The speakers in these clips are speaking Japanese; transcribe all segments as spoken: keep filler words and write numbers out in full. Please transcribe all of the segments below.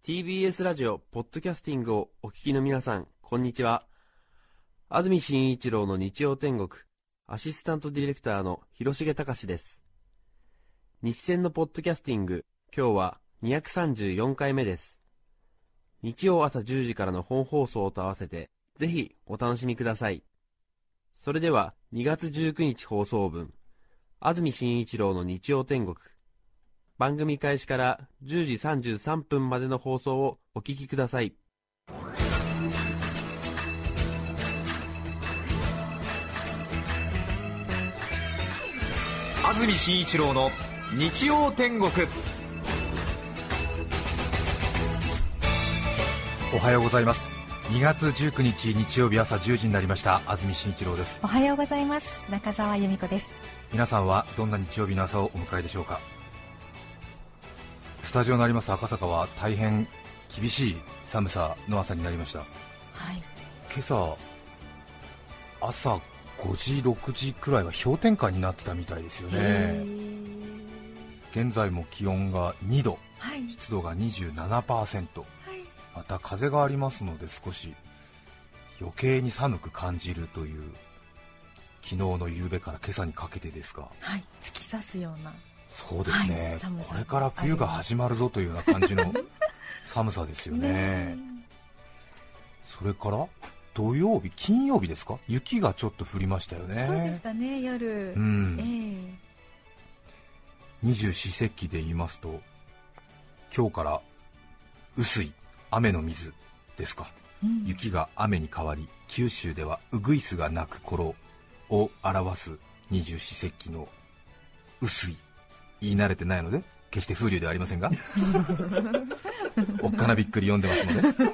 ティービーエス ラジオポッドキャスティングをお聞きの皆さん、こんにちは。安住紳一郎の日曜天国アシスタントディレクターの広重隆です。日専のポッドキャスティング、今日はにひゃくさんじゅうよんかいめです。日曜朝じゅうじからの本放送と合わせてぜひお楽しみください。それではにがつじゅうくにち放送分、安住紳一郎の日曜天国、番組開始からじゅうじさんじゅうさんぷんまでの放送をお聞きください。 安住紳一郎の日曜天国。おはようございます。にがつじゅうくにち日曜日朝じゅうじになりました。安住紳一郎です。 おはようございます。中澤由美子です。 皆さんはどんな日曜日の朝をお迎えでしょうか。スタジオのあります赤坂は大変厳しい寒さの朝になりました。はい、今朝朝ごじろくじくらいは氷点下になってたみたいですよね。現在も気温がにど、はい、湿度が にじゅうななパーセント、はい、また風がありますので少し余計に寒く感じるという、昨日の夕べから今朝にかけてですが、 はい、突き刺すような。 そうですね、はい、これから冬が始まるぞというような感じの寒さですよ ね, ね。それから土曜日、金曜日ですか、雪がちょっと降りましたよね。 そうでしたね、夜、 うん、えー、二十四節気で言いますと、今日から雨水、雨の水ですか、うん、雪が雨に変わり、九州ではうぐいすが鳴く頃を表す二十四節気の雨水、言い慣れてないので決して風流ではありませんがおっかなびっくり読んでますので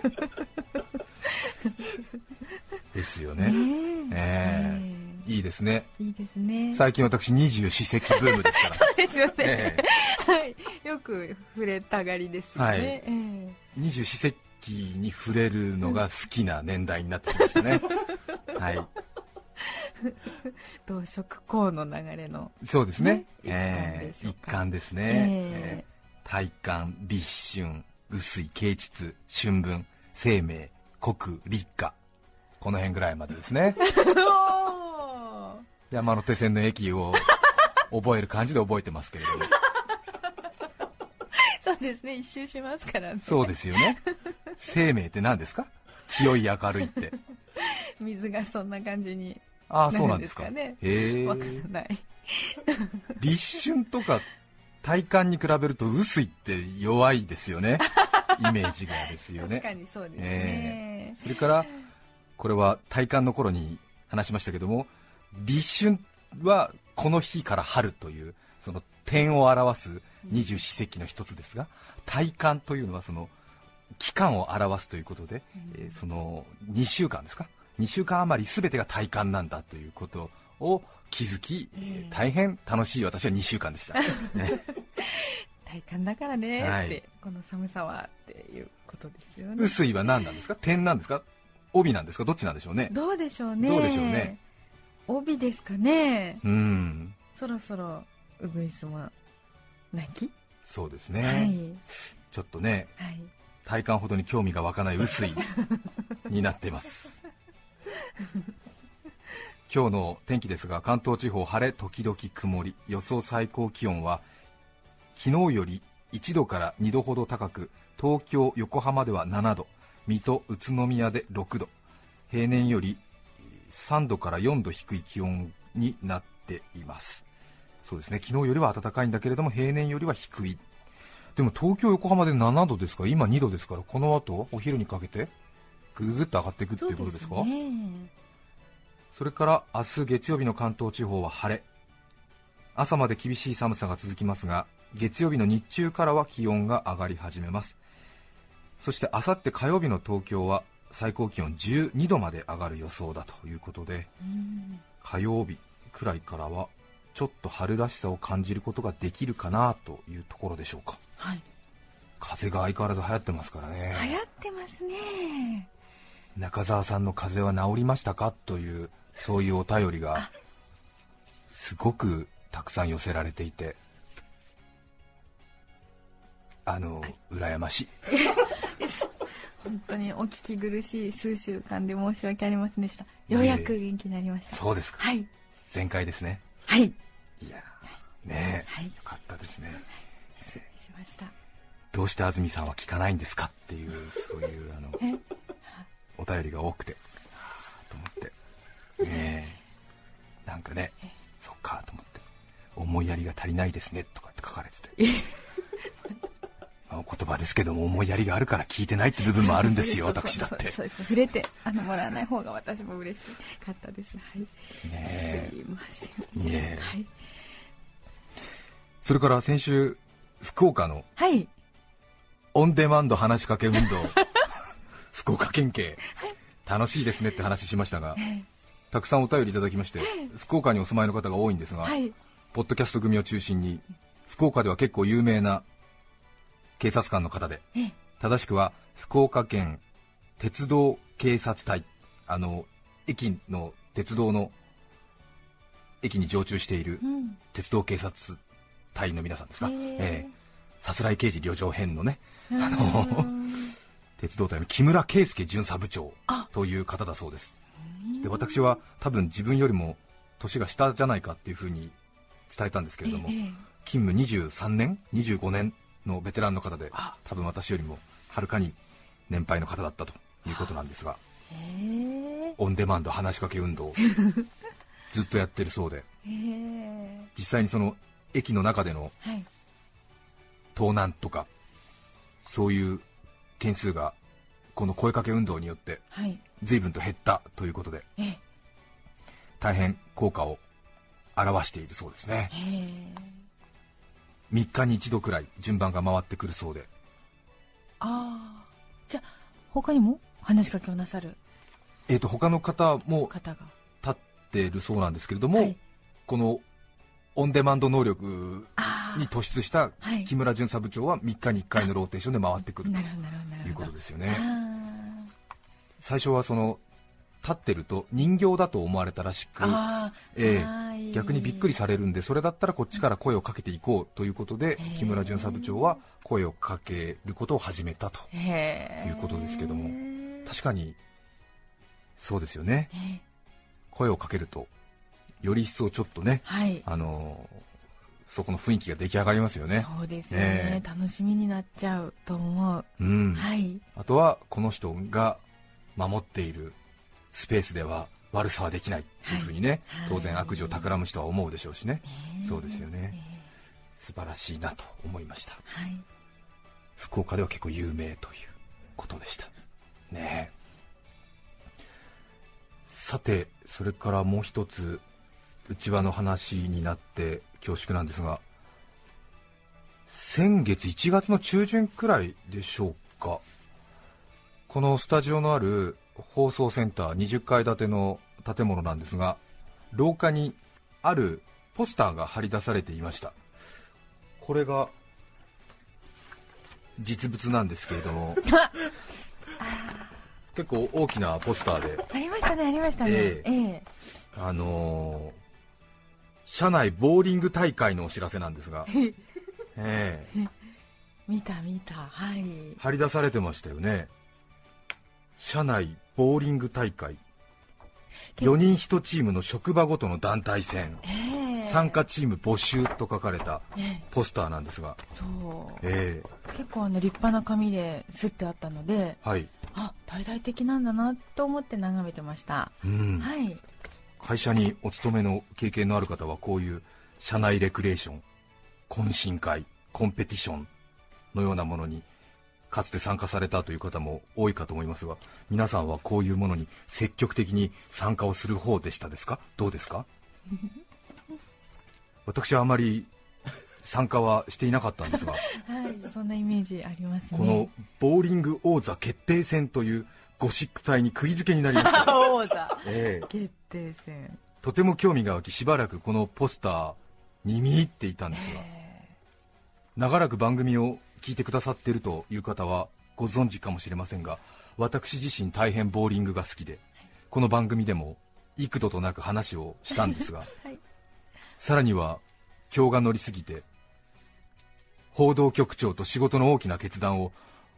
ですよね、えーえー、いいですね。 いいですね。 最近私二十四節気ブームですからそうですよね、えーはい、よく触れたがりですよね、はい、えー、 二十四節気に触れるのが好きな年代になってきましたねはい、 同色項の流れの、 そうですね、 ね、 一環ですね、えー、大寒、立春、雨水、啓蟄、春分、生命、穀、立夏、この辺ぐらいまでですね山手線の駅を覚える感じで覚えてますけれどもそうですね、一周しますからね。 そうですよね。生命って何ですか、清い明るいって水がそんな感じに、 ああ、そうなんですか。 ね、 へー、 わからない立春とか体感に比べると雨水って弱いですよねイメージがですよね。 確かにそうですね、 えー、それからこれは体感の頃に話しましたけども、立春はこの日から春というその点を表す二十四節気の一つですが、体感というのはその期間を表すということで、うん、えー、そのにしゅうかんですか、にしゅうかん余り全てが体感なんだということを気づき、えー、大変楽しい私はにしゅうかんでした体感だからねって、はい、この寒さはっていうことですよね。 雨水は何なんですか、点なんですか、帯なんですか、どっちなんでしょうね。 どうでしょうね。 どうでしょうね。 帯ですかね。 うん、 そろそろうぐいすも泣き。 そうですね、 はい、 ちょっとね、 はい、 体感ほどに興味が湧かない雨水になっています今日の天気ですが、関東地方晴れ時々曇り、予想最高気温は昨日よりいちどからにどほど高く、東京、横浜ではななど、水戸、宇都宮でろくど、平年よりさんどからよんど低い気温になっています。そうですね、昨日よりは暖かいんだけれども平年よりは低い。でも東京、横浜でななどですから、今にどですから、この後お昼にかけてぐぐぐっと上がっていくっていうことですか。 そうですね。 それから明日月曜日の関東地方は晴れ、朝まで厳しい寒さが続きますが、月曜日の日中からは気温が上がり始めます。そしてあさって火曜日の東京は最高気温じゅうにどまで上がる予想だということで、火曜日くらいからはちょっと春らしさを感じることができるかなというところでしょうか。 はい、 風邪が相変わらず流行ってますからね。 流行ってますね。 中澤さんの風邪は治りましたかという、そういうお便りがすごくたくさん寄せられていて、あの羨ましい本当にお聞き苦しい数週間で申し訳ありませんでした。ようやく元気になりました。 そうですか。 はい。 全開ですね。 はい。 いやねえ、はい、よかったですね。 失礼しました。 どうして安住さんは聞かないんですかっていう、そういうあのお便りが多くて、と思ってねえ、なんかね、そっかと思って、思いやりが足りないですねとかって書かれててまあお言葉ですけども、思いやりがあるから聞いてないって部分もあるんですよ私だって。 そうです。触れてあのもらわない方が私も嬉しかったです。はい、ねえ、 すいません。 いえ、 はい、 それから先週福岡のオンデマンド話しかけ運動福岡県警、楽しいですねって話しましたが、たくさんお便りいただきまして、福岡にお住まいの方が多いんですが、ポッドキャスト組を中心に福岡では結構有名な警察官の方で、正しくは福岡県鉄道警察隊、あの駅の鉄道の駅に常駐している鉄道警察隊の皆さんですか、えー、さすらい刑事旅情編のね、あの鉄道隊の木村圭介巡査部長という方だそうです。で、私は多分自分よりも年が下じゃないかっていうふうに伝えたんですけれども、勤務にじゅうさんねんにじゅうごねんのベテランの方で、多分私よりもはるかに年配の方だったということなんですが、オンデマンド話しかけ運動をずっとやってるそうで、実際にその駅の中での盗難とかそういう件数がこの声かけ運動によって随分と減ったということで、大変効果を表しているそうですね。みっかに一度くらい順番が回ってくるそうで。 ああ、じゃあ他にも話しかけをなさる、 えーと他の方も立っているそうなんですけれども、はい、このオンデマンド能力に突出した木村巡査部長はみっかにいっかいのローテーションで回ってくるということですよね。最初はその立ってると人形だと思われたらしく、えー、逆にびっくりされるんで、それだったらこっちから声をかけていこうということで、木村巡査部長は声をかけることを始めたということですけども、確かにそうですよね。声をかけるとより一層ちょっとね、はい、あのそこの雰囲気が出来上がりますよね。 そうですよね、えー、楽しみになっちゃうと思う、 うん、はい、あとはこの人が守っているスペースでは悪さはできないというふうにね、はい、当然悪事を企む人は思うでしょうしね、えー、そうですよね、えー、素晴らしいなと思いました、はい、福岡では結構有名ということでしたね。さて、それからもう一つ内輪の話になって恐縮なんですが、先月いちがつの中旬くらいでしょうか、このスタジオのある放送センターにじゅっかい建ての建物なんですが、廊下にあるポスターが貼り出されていました。これが実物なんですけれども結構大きなポスターでありましたね、ありましたね、えーえー、あのー、社内ボーリング大会のお知らせなんですがえー、 見た見た、はい、 貼り出されてましたよね。社内ボーリング大会、よにんいちチームの職場ごとの団体戦、えー、参加チーム募集と書かれたポスターなんですが、 えー、そう、えー、結構あの立派な紙ですってあったので、はい、あ、大々的なんだなと思って眺めてました、うん、はい、 会社にお勤めの経験のある方はこういう社内レクリエーション、懇親会、コンペティションのようなものにかつて参加されたという方も多いかと思いますが、皆さんはこういうものに積極的に参加をする方でしたですか、どうですか私はあまり参加はしていなかったんですが、はい、 そんなイメージありますね。 このボーリング王座決定戦というゴシック体に釘付けになりました王座、えー、決定戦、 とても興味が湧き、しばらくこのポスターに見入っていたんですが、長らく番組を聞いてくださっているという方はご存知かもしれませんが、私自身大変ボーリングが好きで、この番組でも幾度となく話をしたんですが、はい、さらには興が乗りすぎて報道局長と仕事の大きな決断を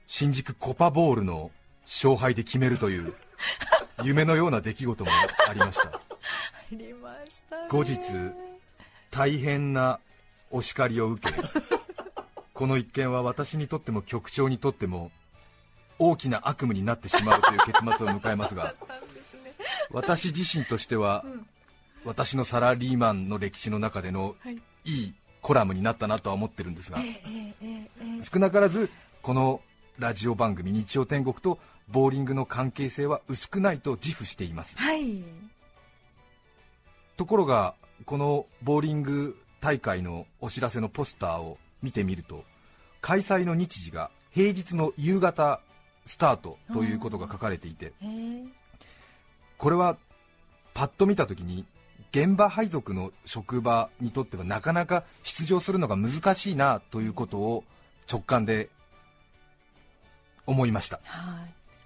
新宿コパボールの勝敗で決めるという夢のような出来事もありましたありましたね。 後日大変なお叱りを受けこの一件は私にとっても局長にとっても大きな悪夢になってしまうという結末を迎えますが私自身としては、うん、私のサラリーマンの歴史の中でのいいコラムになったなとは思ってるんですが、えーえーえー、少なからずこのラジオ番組日曜天国とボーリングの関係性は薄くないと自負しています、はい、ところがこのボーリング大会のお知らせのポスターを見てみると開催の日時が平日の夕方スタートということが書かれていて、これはパッと見たときに現場配属の職場にとってはなかなか出場するのが難しいなということを直感で思いました、はい、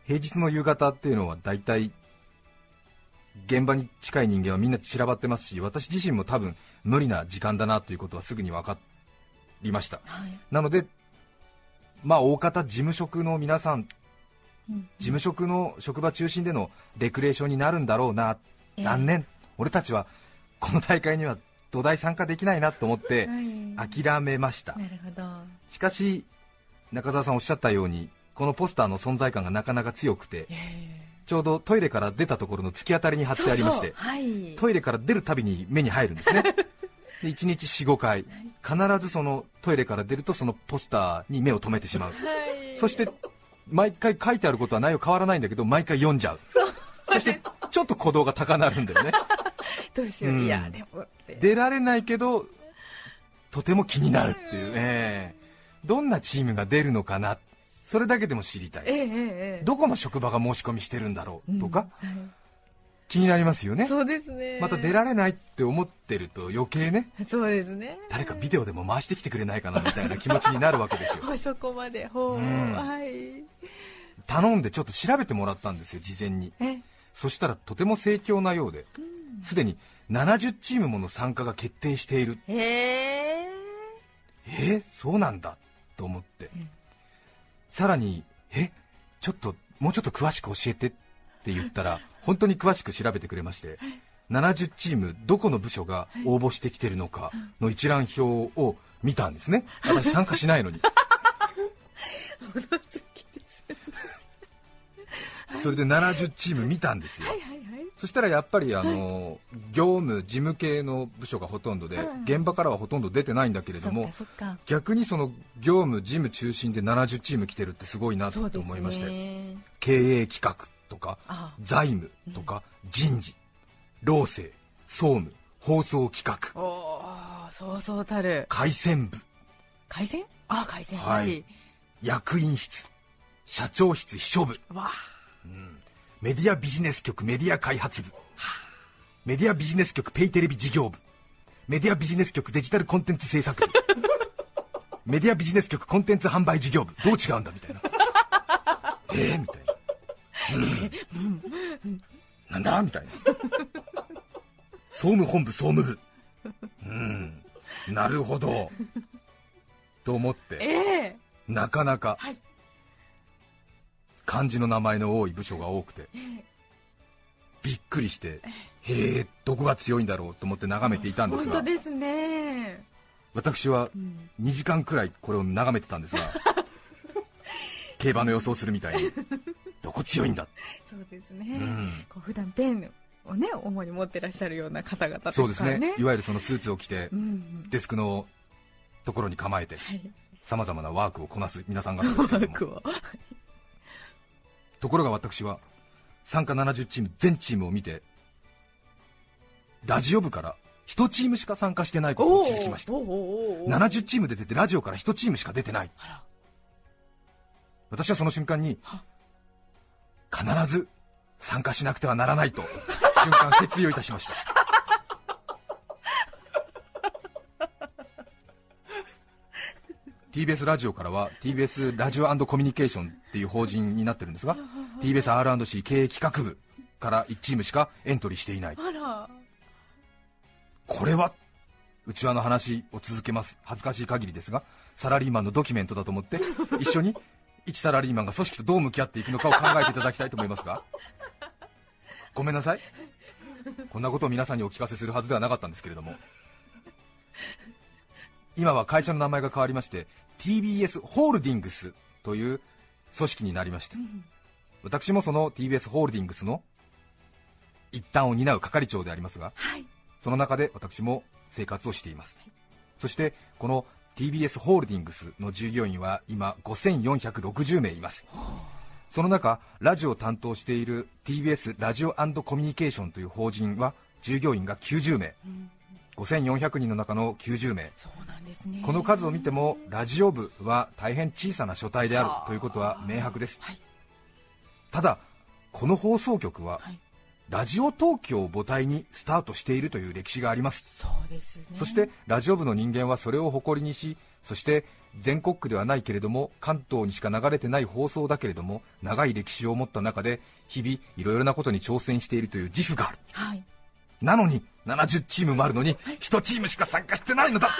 平日の夕方っていうのはだいたい現場に近い人間はみんな散らばってますし、私自身も多分無理な時間だなということはすぐに分かりました、はい、なのでまあ大方事務職の皆さん、うん、事務職の職場中心でのレクレーションになるんだろうな、えー、残念、俺たちはこの大会には土台参加できないなと思って諦めました、はい、なるほど。しかし中澤さんおっしゃったようにこのポスターの存在感がなかなか強くて、えーちょうどトイレから出たところの突き当たりに貼ってありまして、そうそう、はい、トイレから出るたびに目に入るんですねでいちにち よん,ご 回必ずそのトイレから出るとそのポスターに目を留めてしまう、はい、そして毎回書いてあることは内容変わらないんだけど毎回読んじゃう、 そ, そしてちょっと鼓動が高鳴るんだよねどうしよう、うん、いやでも出られないけどとても気になるっていう、ね、どんなチームが出るのかな、それだけでも知りたい、えーえー、どこの職場が申し込みしてるんだろうとか、うん、はい、気になりますよね。 そうですね。 また出られないって思ってると余計ね、 そうですね、 誰かビデオでも回してきてくれないかなみたいな気持ちになるわけですよそこまでほう、うん、はい、 頼んでちょっと調べてもらったんですよ事前に。えそしたらとても盛況なようですで、うん、にななじゅうチームもの参加が決定している。へえー、そうなんだと思って、うん、さらにえちょっともうちょっと詳しく教えてって言ったら本当に詳しく調べてくれまして、ななじゅうチームどこの部署が応募してきてるのかの一覧表を見たんですね。私参加しないのに物好きですそれでななじゅうチーム見たんですよ、はいはいはい、そしたらやっぱりあの、はい、業務事務系の部署がほとんどで、うん、現場からはほとんど出てないんだけれども、そっかそっか、逆にその業務事務中心でななじゅうチーム来てるってすごいなと思いまして、ね、経営企画とか財務とか、うん、人事、労政、総務、放送企画、 おー、そうそうたる回線部、 回線、あ、回線、 はい、はい、役員室、社長室、秘書部、わー、うん、メディアビジネス局メディア開発部、メディアビジネス局ペイテレビ事業部、メディアビジネス局デジタルコンテンツ制作部メディアビジネス局コンテンツ販売事業部、どう違うんだみたいなえーみたいな、うん、なんだみたいな総務本部総務部、うん、なるほどと思って、えー、なかなか、はい、漢字の名前の多い部署が多くて、えー、びっくりして、へえ、どこが強いんだろうと思って眺めていたんですが、 本当ですね、 私はにじかんくらいこれを眺めてたんですが競馬の予想するみたいにどこ強いんだそうですね、うん、こう普段ペンをね主に持ってらっしゃるような方々ですからね。そうですね、 いわゆるそのスーツを着て、うん、デスクのところに構えてさまざまなワークをこなす皆さん方ですけれどもところが私は参加ななじゅうチーム全チームを見てラジオ部からいちチームしか参加してないことに気づきました。ななじゅうチームで出てラジオからいちチームしか出てない。私はその瞬間に必ず参加しなくてはならないと瞬間決意をいたしましたティービーエス ラジオからは ティービーエス ラジオ&コミュニケーションっていう法人になってるんですが、 ティービーエス アールアンドシー 経営企画部からいちチームしかエントリーしていない。あら、これは内輪の話を続けます。恥ずかしい限りですがサラリーマンのドキュメントだと思って一緒に一サラリーマンが組織とどう向き合っていくのかを考えていただきたいと思いますがごめんなさい、こんなことを皆さんにお聞かせするはずではなかったんですけれども、今は会社の名前が変わりまして ティービーエス ホールディングスという組織になりまして、私もその ティービーエス ホールディングスの一端を担う係長でありますが、はい、その中で私も生活をしています、はい、そしてこの ティービーエス ホールディングスの従業員は今ごせんよんひゃくろくじゅうめいいます。その中、ラジオを担当している ティービーエス ラジオ&コミュニケーションという法人は従業員がきゅうじゅうめい、うん、ごせんよんひゃくにんの中のきゅうじゅうめい。 そうなんですね。 この数を見てもラジオ部は大変小さな所帯であるということは明白です、はい、ただこの放送局は、はい、ラジオ東京を母体にスタートしているという歴史があります。 そうですね。 そしてラジオ部の人間はそれを誇りにし、そして全国区ではないけれども関東にしか流れてない放送だけれども長い歴史を持った中で日々いろいろなことに挑戦しているという自負がある、はい、なのにななじゅうチームもあるのにいちチームしか参加してないのだ。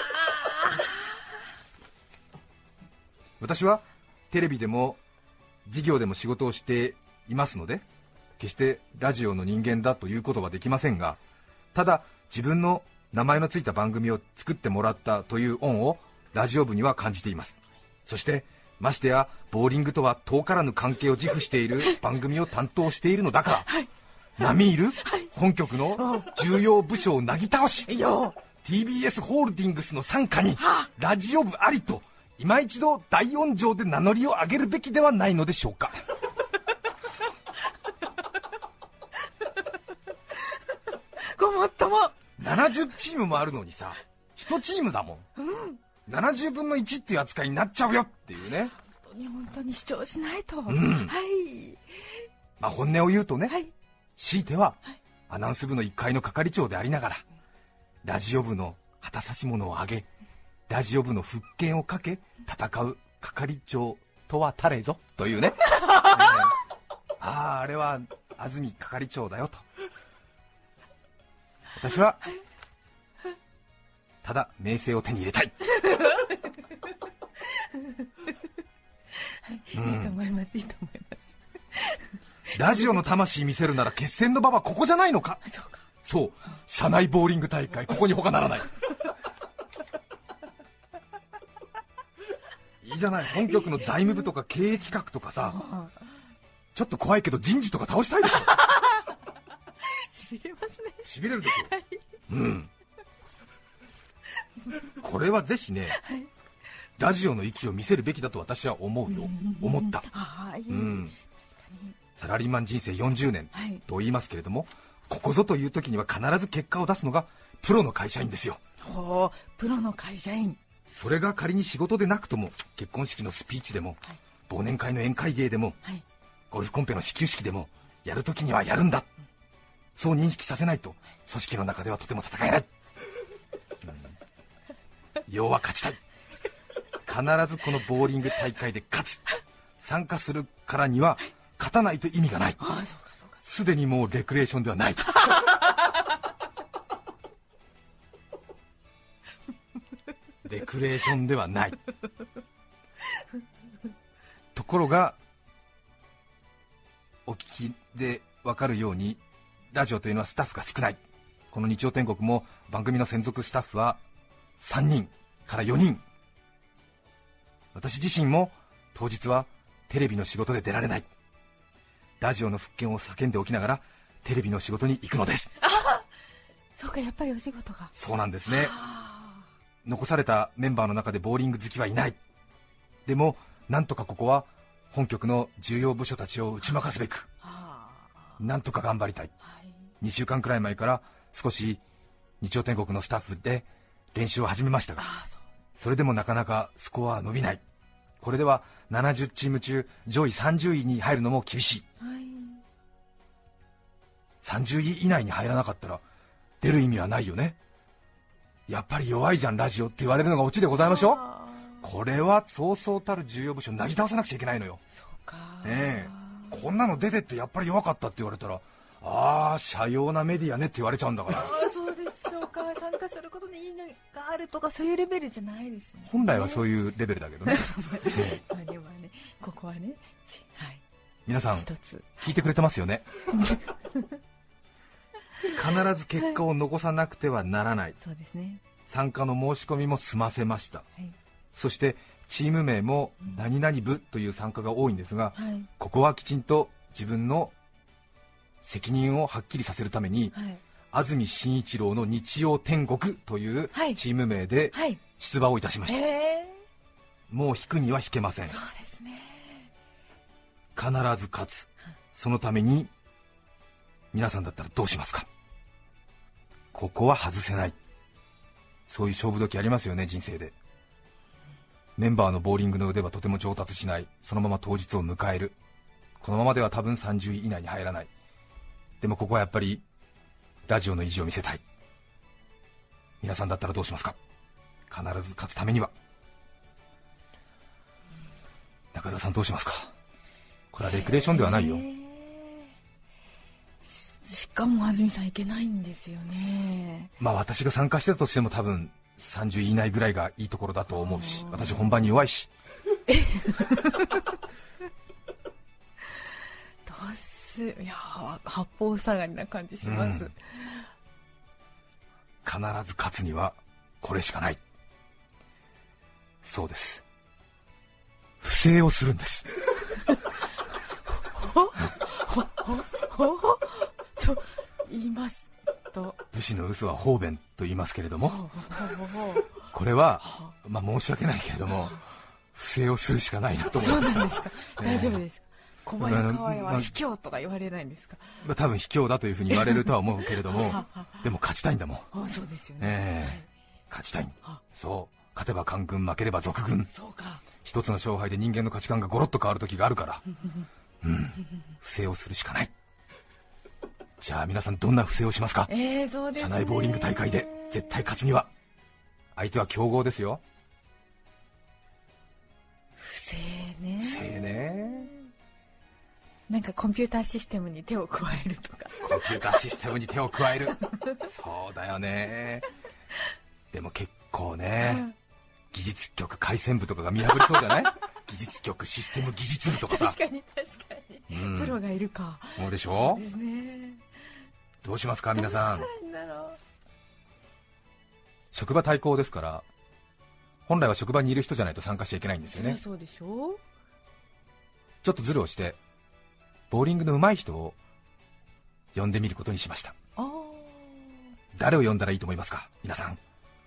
私はテレビでも事業でも仕事をしていますので決してラジオの人間だということはできませんが、ただ自分の名前のついた番組を作ってもらったという恩をラジオ部には感じています。そしてましてやボーリングとは遠からぬ関係を自負している番組を担当しているのだから、はい、並みいる本局の重要部署をなぎ倒し、ティービーエス ホールディングスの傘下にラジオ部ありと今一度大音量で名乗りを上げるべきではないのでしょうか。 ごもっとも。 ななじゅうチームもあるのにさいちチームだもん、うん、ななじゅうぶんのいちっていう扱いになっちゃうよっていうね。 本当に本当に主張しないと、うん、はい、 まあ、本音を言うとね、はい、強いては、はい、アナウンス部のいっかいの係長でありながらラジオ部の旗差し物を上げラジオ部の復権をかけ戦う係長とはたれぞというね、えー、あああれは安住係長だよと私はただ名声を手に入れたい。 はい、いいと思います、いいと思います。 ラジオの魂見せるなら決戦の場はここじゃないのか。そうか、そう、社内ボーリング大会、ここに他ならない。いいじゃない、本局の財務部とか経営企画とかさ、ちょっと怖いけど人事とか倒したいでしょ。 しびれますね。 しびれるでしょ、はい、うん。これはぜひね、はい、ラジオの域を見せるべきだと私は思うよ、思った、はい、うん、サラリーマン人生よんじゅうねんと言いますけれども、はい、ここぞという時には必ず結果を出すのがプロの会社員ですよ。 ほう、プロの会社員。 それが仮に仕事でなくとも結婚式のスピーチでも、はい、忘年会の宴会芸でも、はい、ゴルフコンペの始球式でもやる時にはやるんだ、うん、そう認識させないと組織の中ではとても戦えない、うん、要は勝ちたい。必ずこのボーリング大会で勝つ。参加するからには勝たないと意味がない。すでにもうレクレーションではない。レクレーションではない。ところがお聞きで分かるようにラジオというのはスタッフが少ない。この日曜天国も番組の専属スタッフはさんにんからよにん。私自身も当日はテレビの仕事で出られない。ラジオの復権を叫んでおきながらテレビの仕事に行くのです。 あ、そうか、やっぱりお仕事が。 そうなんですね。残されたメンバーの中でボーリング好きはいない。でもなんとかここは本局の重要部署たちを打ち負かすべくなんとか頑張りたい、はい、にしゅうかんくらい前から少し日曜天国のスタッフで練習を始めましたが、それでもなかなかスコアは伸びない。これではななじゅうチーム中上位さんじゅういに入るのも厳しい、はい、さんじゅうい以内に入らなかったら出る意味はないよね。やっぱり弱いじゃんラジオって言われるのがオチでございましょう。これはそうそうたる重要部署をなぎ倒さなくちゃいけないのよ。 そうか、 ねえ、こんなの出てってやっぱり弱かったって言われたら、ああ社用なメディアねって言われちゃうんだから。 あそうでしょうか。参加することに意義があるとかそういうレベルじゃないですね。 本来はそういうレベルだけどね。 まあでもね、 ここはね、はい、 皆さん一つ聞いてくれてますよね必ず結果を残さなくてはならない。 そうですね。 参加の申し込みも済ませました、はい、そしてチーム名も何々部という参加が多いんですが、はい、ここはきちんと自分の責任をはっきりさせるために、はい、安住紳一郎の日曜天国というチーム名で出馬をいたしました、はいはい、もう引くには引けません。 そうですね。 必ず勝つ。そのために皆さんだったらどうしますか。ここは外せない。そういう勝負時ありますよね、人生で。メンバーのボーリングの腕はとても上達しない。そのまま当日を迎える。このままでは多分さんじゅうい以内に入らない。でもここはやっぱりラジオの意地を見せたい。皆さんだったらどうしますか。必ず勝つためには。中澤さんどうしますか。これはレクレーションではないよ。 しかも安住さんいけないんですよね。 まあ私が参加してたとしても多分さんじゅうい以内ぐらいがいいところだと思うし、私本番に弱いしどうすいや八方塞がりな感じします、うん、 必ず勝つにはこれしかない。そうです、不正をするんですほほほほと言いますと、 武士の嘘は方便と言いますけれども、これは、まあ、申し訳ないけれども不正をするしかないなと思いました。 そうなんですか、えー、大丈夫ですか。小林川は卑怯とか言われないんですか。 まあ、多分卑怯だというふうに言われるとは思うけれどもでも勝ちたいんだもん。 あ、そうですよね、 えーはい、勝ちたい。そう勝てば官軍負ければ賊軍。 そうか、 一つの勝敗で人間の価値観がゴロッと変わる時があるからうん、不正をするしかない。じゃあ皆さんどんな不正をしますか。 えー、そうですね、 社内ボーリング大会で絶対勝つには。相手は強豪ですよ。 不正ね。 不正ね。 なんかコンピューターシステムに手を加えるとか。 コンピューターシステムに手を加えるそうだよね。でも結構ね、うん、技術局回線部とかが見破りそうじゃない技術局システム技術部とかさ。 確かに確かに、うん、プロがいるか。 そうでしょ。 そうですね。 どうしますか皆さん。 どうしたらいいんだろう。 職場対抗ですから、本来は職場にいる人じゃないと参加しちゃいけないんですよね。 そうでしょう。 ちょっとズルをしてボーリングの上手い人を呼んでみることにしました。 あ、 誰を呼んだらいいと思いますか皆さん。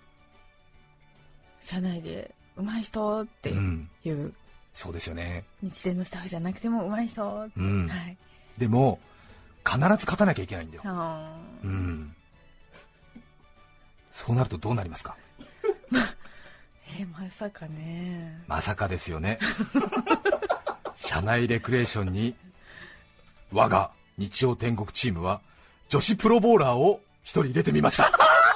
社内で上手い人っていう、うん、 そうですよね。 日電のスタッフじゃなくても上手い人って、うんはい、 でも必ず勝たなきゃいけないんだよ、うん、そうなるとどうなりますかえー、まさかね。 まさかですよね社内レクレーションに我が日曜天国チームは女子プロボーラーを一人入れてみました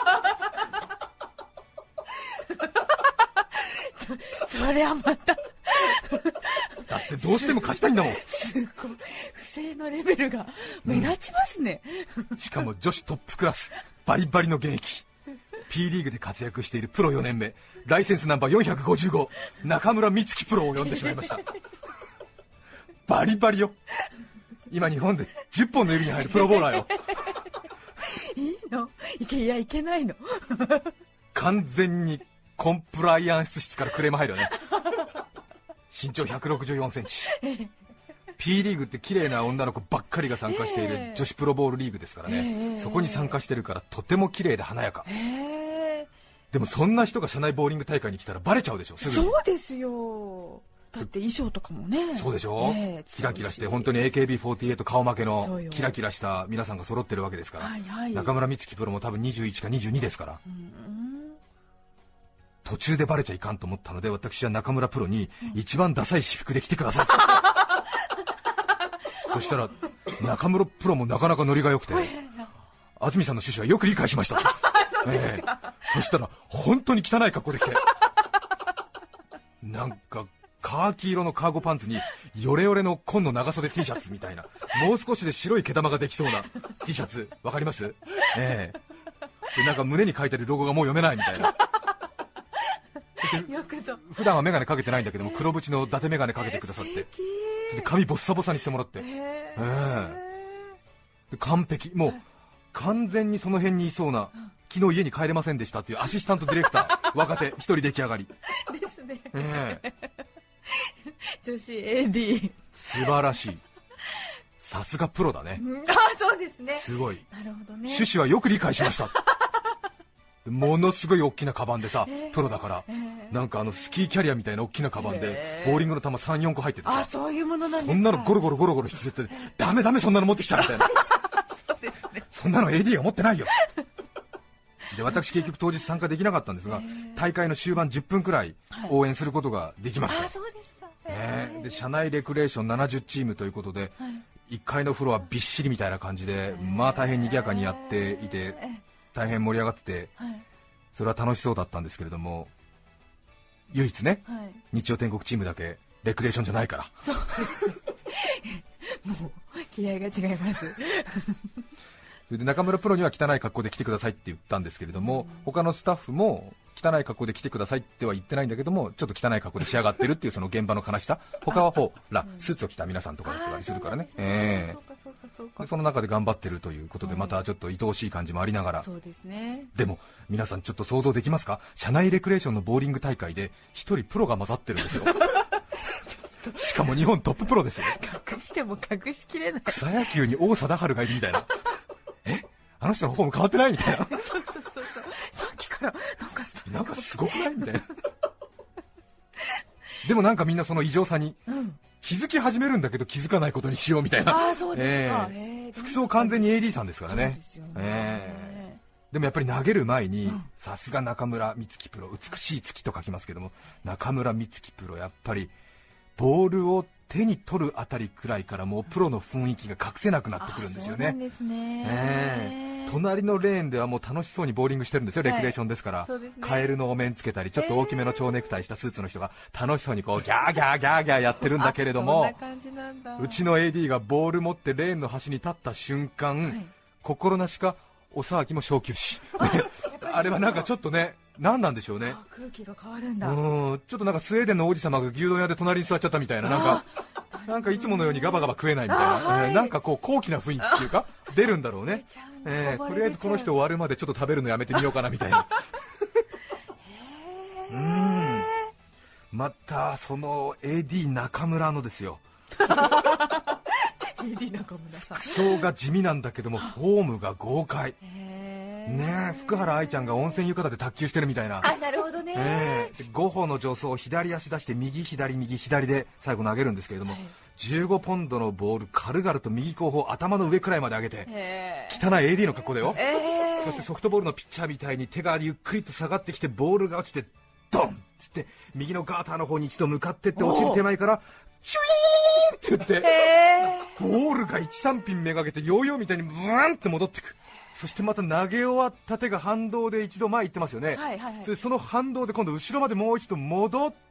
それはまただってどうしても勝ちたいんだもん。 すごい不正のレベルが目立ちますね、 うん、しかも女子トップクラスバリバリの現役 P リーグで活躍しているプロよねんめライセンスナンバーよんひゃくごじゅうご中村美月プロを呼んでしまいましたバリバリよ。今日本でじゅっぽんの指に入るプロボーラーよいいのいけいやいけないの完全にコンプライアンス室からクレーム入るよね身長ひゃくろくじゅうよんセンチP リーグって綺麗な女の子ばっかりが参加している女子プロボールリーグですからね、そこに参加してるからとても綺麗で華やか。でもそんな人が社内ボーリング大会に来たらバレちゃうでしょすぐに。 そうですよ。だって衣装とかもね。 そうでしょ、えー、キラキラして本当に エーケービーフォーティーエイト 顔負けのキラキラした皆さんが揃ってるわけですから、はいはい、中村美月プロも多分にじゅういちかにじゅうにですから、うん、途中でバレちゃいかんと思ったので私は中村プロに一番ダサい私服で来てください、うん、そしたら中村プロもなかなかノリが良くて安住さんの趣旨はよく理解しましたえー、そしたら本当に汚い格好で来てなんかカーキ色のカーゴパンツにヨレヨレの紺の長袖 T シャツみたいな、もう少しで白い毛玉ができそうな T シャツわかります、えー、でなんか胸に書いてるロゴがもう読めないみたいなよくぞ普段は眼鏡かけてないんだけども、黒縁の伊達眼鏡かけてくださって、それで髪ボッサボサにしてもらって、えー、完璧、もう完全にその辺にいそうな、昨日家に帰れませんでしたっていうアシスタントディレクター若手一人出来上がりですね、 えー、 女子 エーディー素晴らしい、さすがプロだね。 あ、そうですね、 すごい、 なるほどね、 趣旨はよく理解しましたものすごい大きなカバンでさ、えー、プロだから、えー、なんかあのスキーキャリアみたいな大きなカバンで、えー、ボーリングの球 さん,よん 個入っててさ、 あ、そういうものなんですか。 そんなのゴロゴロゴロゴロ引きずって、ダメダメそんなの持ってきたみたいなそうですね、 そんなの エーディー が持ってないよで、私結局当日参加できなかったんですが、えー、大会の終盤じゅっぷんくらい応援することができました、 はい、あ、そうですか、 えー、で社内レクレーションななじゅうチームということで、はい、いっかいのフロアびっしりみたいな感じで、まあ大変賑やかにやっていて、大変盛り上がってて、はい、それは楽しそうだったんですけれども、唯一ね、はい、日曜天国チームだけレクレーションじゃないからそうですもう気合が違いますそれで中村プロには汚い格好で来てくださいって言ったんですけれども、うん、他のスタッフも汚い格好で来てくださいっては言ってないんだけども、ちょっと汚い格好で仕上がってるっていうその現場の悲しさ、他はほらスーツを着た皆さんとかだったりするからね、えー、その中で頑張ってるということで、またちょっと愛おしい感じもありながら、 そうですね、 でも皆さんちょっと想像できますか、社内レクレーションのボーリング大会で一人プロが混ざってるんですよしかも日本トッププロですよ。 隠しても隠しきれない、 草野球に王貞治がいるみたいなえ、あの人のフォーム変わってないみたいなそうそうそうそう、さっきからなんかストなんかすごくないみたいなでもなんかみんなその異常さに気づき始めるんだけど気づかないことにしようみたいな、 あ、そうですか、 えー、服装完全に エーディー さんですからね、 そうですよね、 えー、でもやっぱり投げる前に、さすが中村美月プロ、美しい月と書きますけども、中村美月プロ、やっぱりボールを手に取るあたりくらいからもうプロの雰囲気が隠せなくなってくるんですよね。 そうなんですね、 えー、隣のレーンではもう楽しそうにボーリングしてるんですよ、はい、レクレーションですから、 そうですね、 カエルのお面つけたり、ちょっと大きめの蝶ネクタイしたスーツの人が楽しそうにこうギャーギャーギャーギャーやってるんだけれども、うちの エーディー がボール持ってレーンの端に立った瞬間、はい、心なしかお騒ぎも小休止あれはなんかちょっとね、何なんでしょうね、 空気が変わるんだ、 うん、ちょっとなんかスウェーデンの王子様が牛丼屋で隣に座っちゃったみたいな、なんかなんかいつものようにガバガバ食えないみたいな、はい、えー、なんかこう高貴な雰囲気っていうか出るんだろうね、えー、とりあえずこの人終わるまでちょっと食べるのやめてみようかなみたいなうん、またその エーディー 中村のですよエーディー 中村さん、 服装が地味なんだけどもフォームが豪快ねえ、福原愛ちゃんが温泉浴衣で卓球してるみたいな、 あ、なるほどね、 えー、ご歩の助走を左足出して右左右左で最後投げるんですけれども、はい、じゅうごポンドのボール軽々と右後方頭の上くらいまで上げて、汚い エーディー の格好だよ、えー、そしてソフトボールのピッチャーみたいに手がゆっくりと下がってきてボールが落ちてドンっつって右のガーターの方に一度向かってって落ちる手前からシュイーンって言って、えー、ボールがいちさんピンめがけてヨーヨーみたいにブワンって戻ってく、そしてまた投げ終わった手が反動で一度前行ってますよね、はいはいはい、それその反動で今度後ろまでもう一度戻って、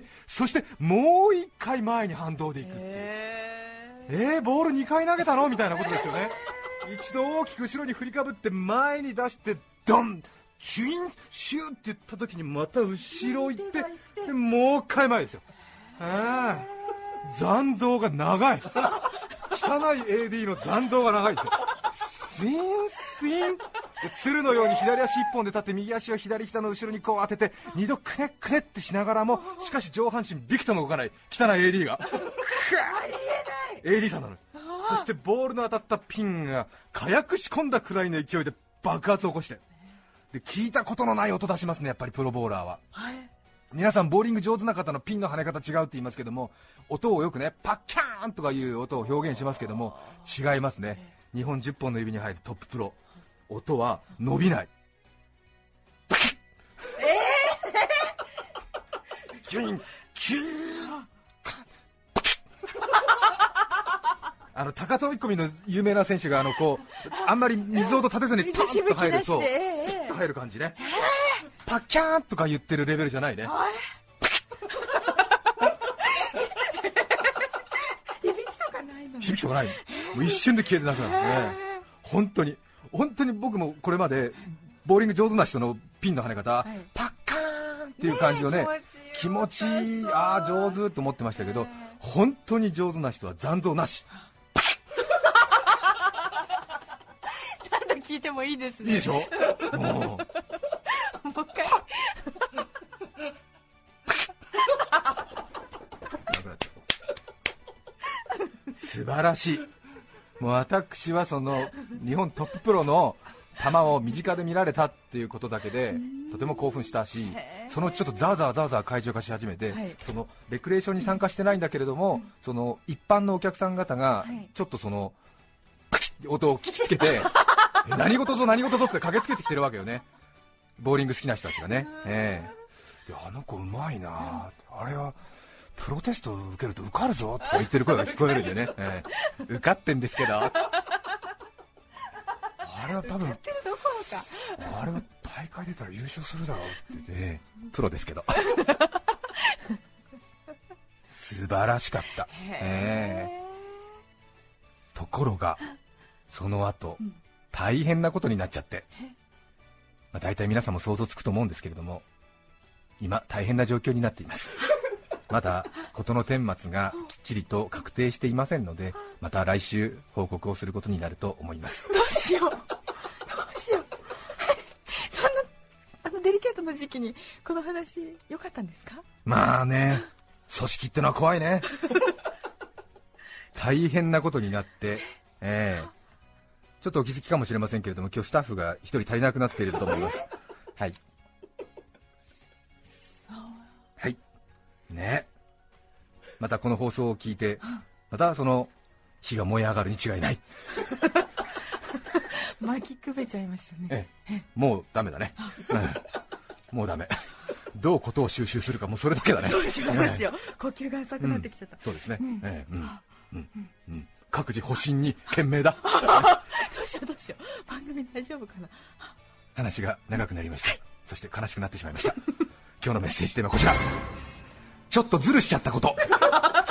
そしてもう一回前に反動でいくっていう、えー、えー、ボールにかい投げたのみたいなことですよね一度大きく後ろに振りかぶって前に出してドンキュインシューって言った時にまた後ろ行ってでもう一回前ですよ、えー、残像が長い汚い エーディー の残像が長いですよ。スインスイン鶴のように左足一本で立って右足を左膝の後ろにこう当てて二度くねくねってしながらもしかし上半身びくとも動かない汚い エーディー がありえない エーディー さんなの。そしてボールの当たったピンが火薬仕込んだくらいの勢いで爆発を起こしてで聞いたことのない音出しますね、やっぱりプロボーラーは、はい、皆さんボーリング上手な方のピンの跳ね方違うって言いますけども、音をよくねパッキャーンとかいう音を表現しますけども違いますね。日本じゅっぽんの指に入るトッププロ、音は伸びない、えー、キュインキュインあの高飛び込みの有名な選手があのこうあんまり水音立てずにパンと入るとピッと入る感じね、えー、パッキャーンとか言ってるレベルじゃないね、 響きとかないの、 響きとかない、もう一瞬で消えてなくなるね、本当に本当に僕もこれまでボーリング上手な人のピンの跳ね方、はい、パッカーンっていう感じのね、気持ちいい、ああ上手と思ってましたけど、本当に上手な人は残像なし。 何度聞いてもいいですね。 いいでしょ。もうもう一回素晴らしい。もう私はその日本トッププロの球を身近で見られたっていうことだけでとても興奮したし、そのうちちょっとザーザーザーザー会場化し始めて、はい、そのレクレーションに参加してないんだけれども、うん、その一般のお客さん方がちょっとその音を聞きつけて何事ぞ何事ぞって駆けつけてきてるわけよね、ボーリング好きな人たちがね、えー、であの子うまいな、あれはプロテストを受けると受かるぞって言ってる声が聞こえるんでね、えー、受かってんですけどあれは多分あれは大会出たら優勝するだろうって、ね、プロですけど素晴らしかった、えー、ところがその後、うん、大変なことになっちゃって、まあ、大体皆さんも想像つくと思うんですけれども、今大変な状況になっていますまだ事の顛末がきっちりと確定していませんので、また来週報告をすることになると思います。 どうしようどうしようそんなあのデリケートな時期にこの話良かったんですか？ まあね、組織ってのは怖いね大変なことになって、えー、ちょっとお気づきかもしれませんけれども、今日スタッフが一人足りなくなっていると思いますはいはいね、またこの放送を聞いてまたその火が燃え上がるに違いない巻きくべちゃいましたね。 ええ、もうダメだね、うん、もうダメどうことを収集するかもうそれだけだね。 どうしようどうしよう、呼吸が浅くなってきちゃった、 うん、そうですね、うんええうんうんうん、各自保身に懸命だどうしようどうしよう、番組大丈夫かな。 話が長くなりました、はい、そして悲しくなってしまいました今日のメッセージテーマはこちら、ちょっとズルしちゃったことちょ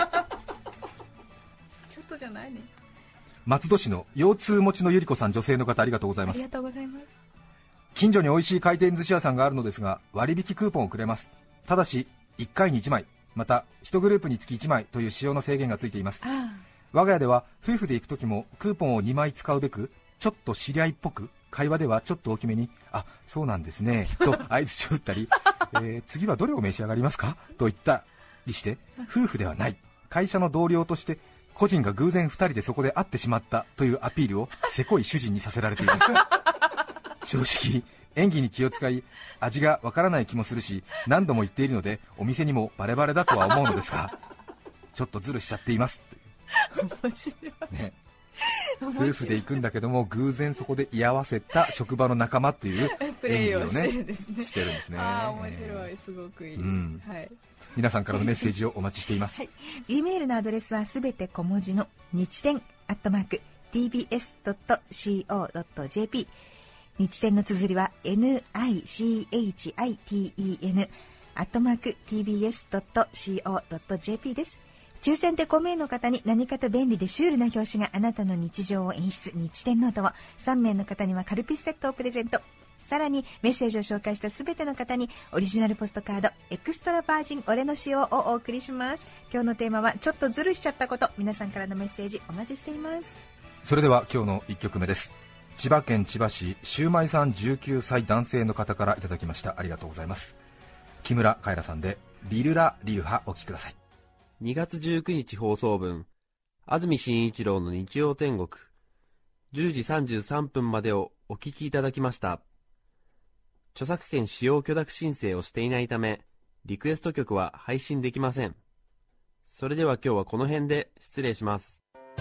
っとじゃないね。 松戸市の腰痛持ちのゆり子さん、女性の方、ありがとうございます。 ありがとうございます。 近所に美味しい回転寿司屋さんがあるのですが、割引クーポンをくれます。ただしいっかいにいちまい、またいちグループにつきいちまいという使用の制限がついています。我が家では夫婦で行くときもクーポンをにまい使うべく、ちょっと知り合いっぽく会話ではちょっと大きめに、あ、そうなんですねと相槌を打ったりえー、次はどれを召し上がりますかと言ったりして、夫婦ではない会社の同僚として個人が偶然ふたりでそこで会ってしまったというアピールをせこい主人にさせられています正直演技に気を使い味がわからない気もするし、何度も言っているのでお店にもバレバレだとは思うのですがちょっとズルしちゃっています面白い、 ね、夫婦で行くんだけども偶然そこで居合わせた職場の仲間という演技をねしてるんですね。 あ、面白い、すごくいい、うんはい、 皆さんからのメッセージをお待ちしています、 はい、E メールのアドレスはすべて小文字の日天アットマーク ティービーエスドットシーオードットジェーピー、 日天の綴りは エヌアイシーエイチアイティーイーエヌ アットマーク ティービーエスドットシーオードットジェーピー です。抽選でごめいの方に何かと便利でシュールな表紙があなたの日常を演出、日天ノートを、さんめいの方にはカルピスセットをプレゼント。さらにメッセージを紹介したすべての方にオリジナルポストカードエクストラバージン俺の塩をお送りします。今日のテーマはちょっとズルしちゃったこと。皆さんからのメッセージお待ちしています。 それでは今日のいっきょくめです。千葉県千葉市シューマイさんじゅうきゅうさい男性の方からいただきました。ありがとうございます。木村カエラさんでリルラリルハお聞きください。 にがつじゅうくにち放送分、安住紳一郎の日曜天国、じゅうじさんじゅうさんぷんまでをお聞きいただきました。著作権使用許諾申請をしていないため、リクエスト曲は配信できません。それでは今日はこの辺で失礼します。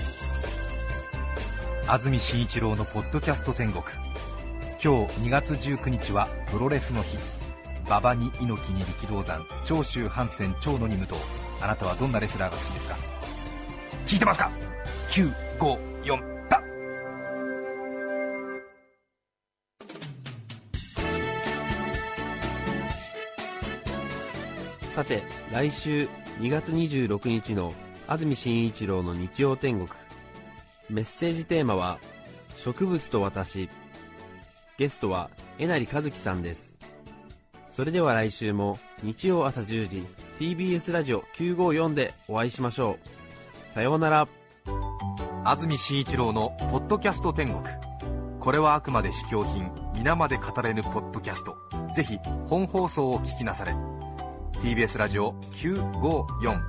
安住紳一郎のポッドキャスト天国、今日にがつじゅうくにちはプロレスの日。馬場に猪木に力道山、長州反戦長野に武藤、あなたはどんなレスラーが好きですか？聞いてますか？きゅうごよんだ。 さて、来週にがつにじゅうろくにちの安住紳一郎の日曜天国、メッセージテーマは植物と私。ゲストはえなりかずきさんです。それでは来週も日曜朝じゅうじ ティービーエス ラジオきゅうごよんでお会いしましょう。さようなら。 安住紳一郎のポッドキャスト天国。これはあくまで試供品、皆まで語れぬポッドキャスト。ぜひ本放送を聞きなされ。 ティービーエス ラジオきゅうごよん。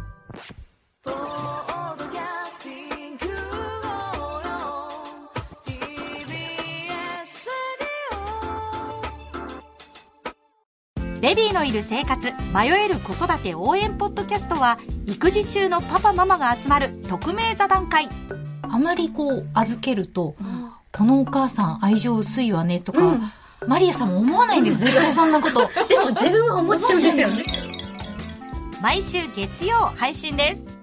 ベビーのいる生活、迷える子育て応援ポッドキャストは、育児中のパパママが集まる匿名座談会。 あまりこう預けると、うん、このお母さん愛情薄いわねとか、うん、マリアさんも思わないんです、絶対そんなことでも自分は思っちゃうんですよね。 毎週月曜配信です。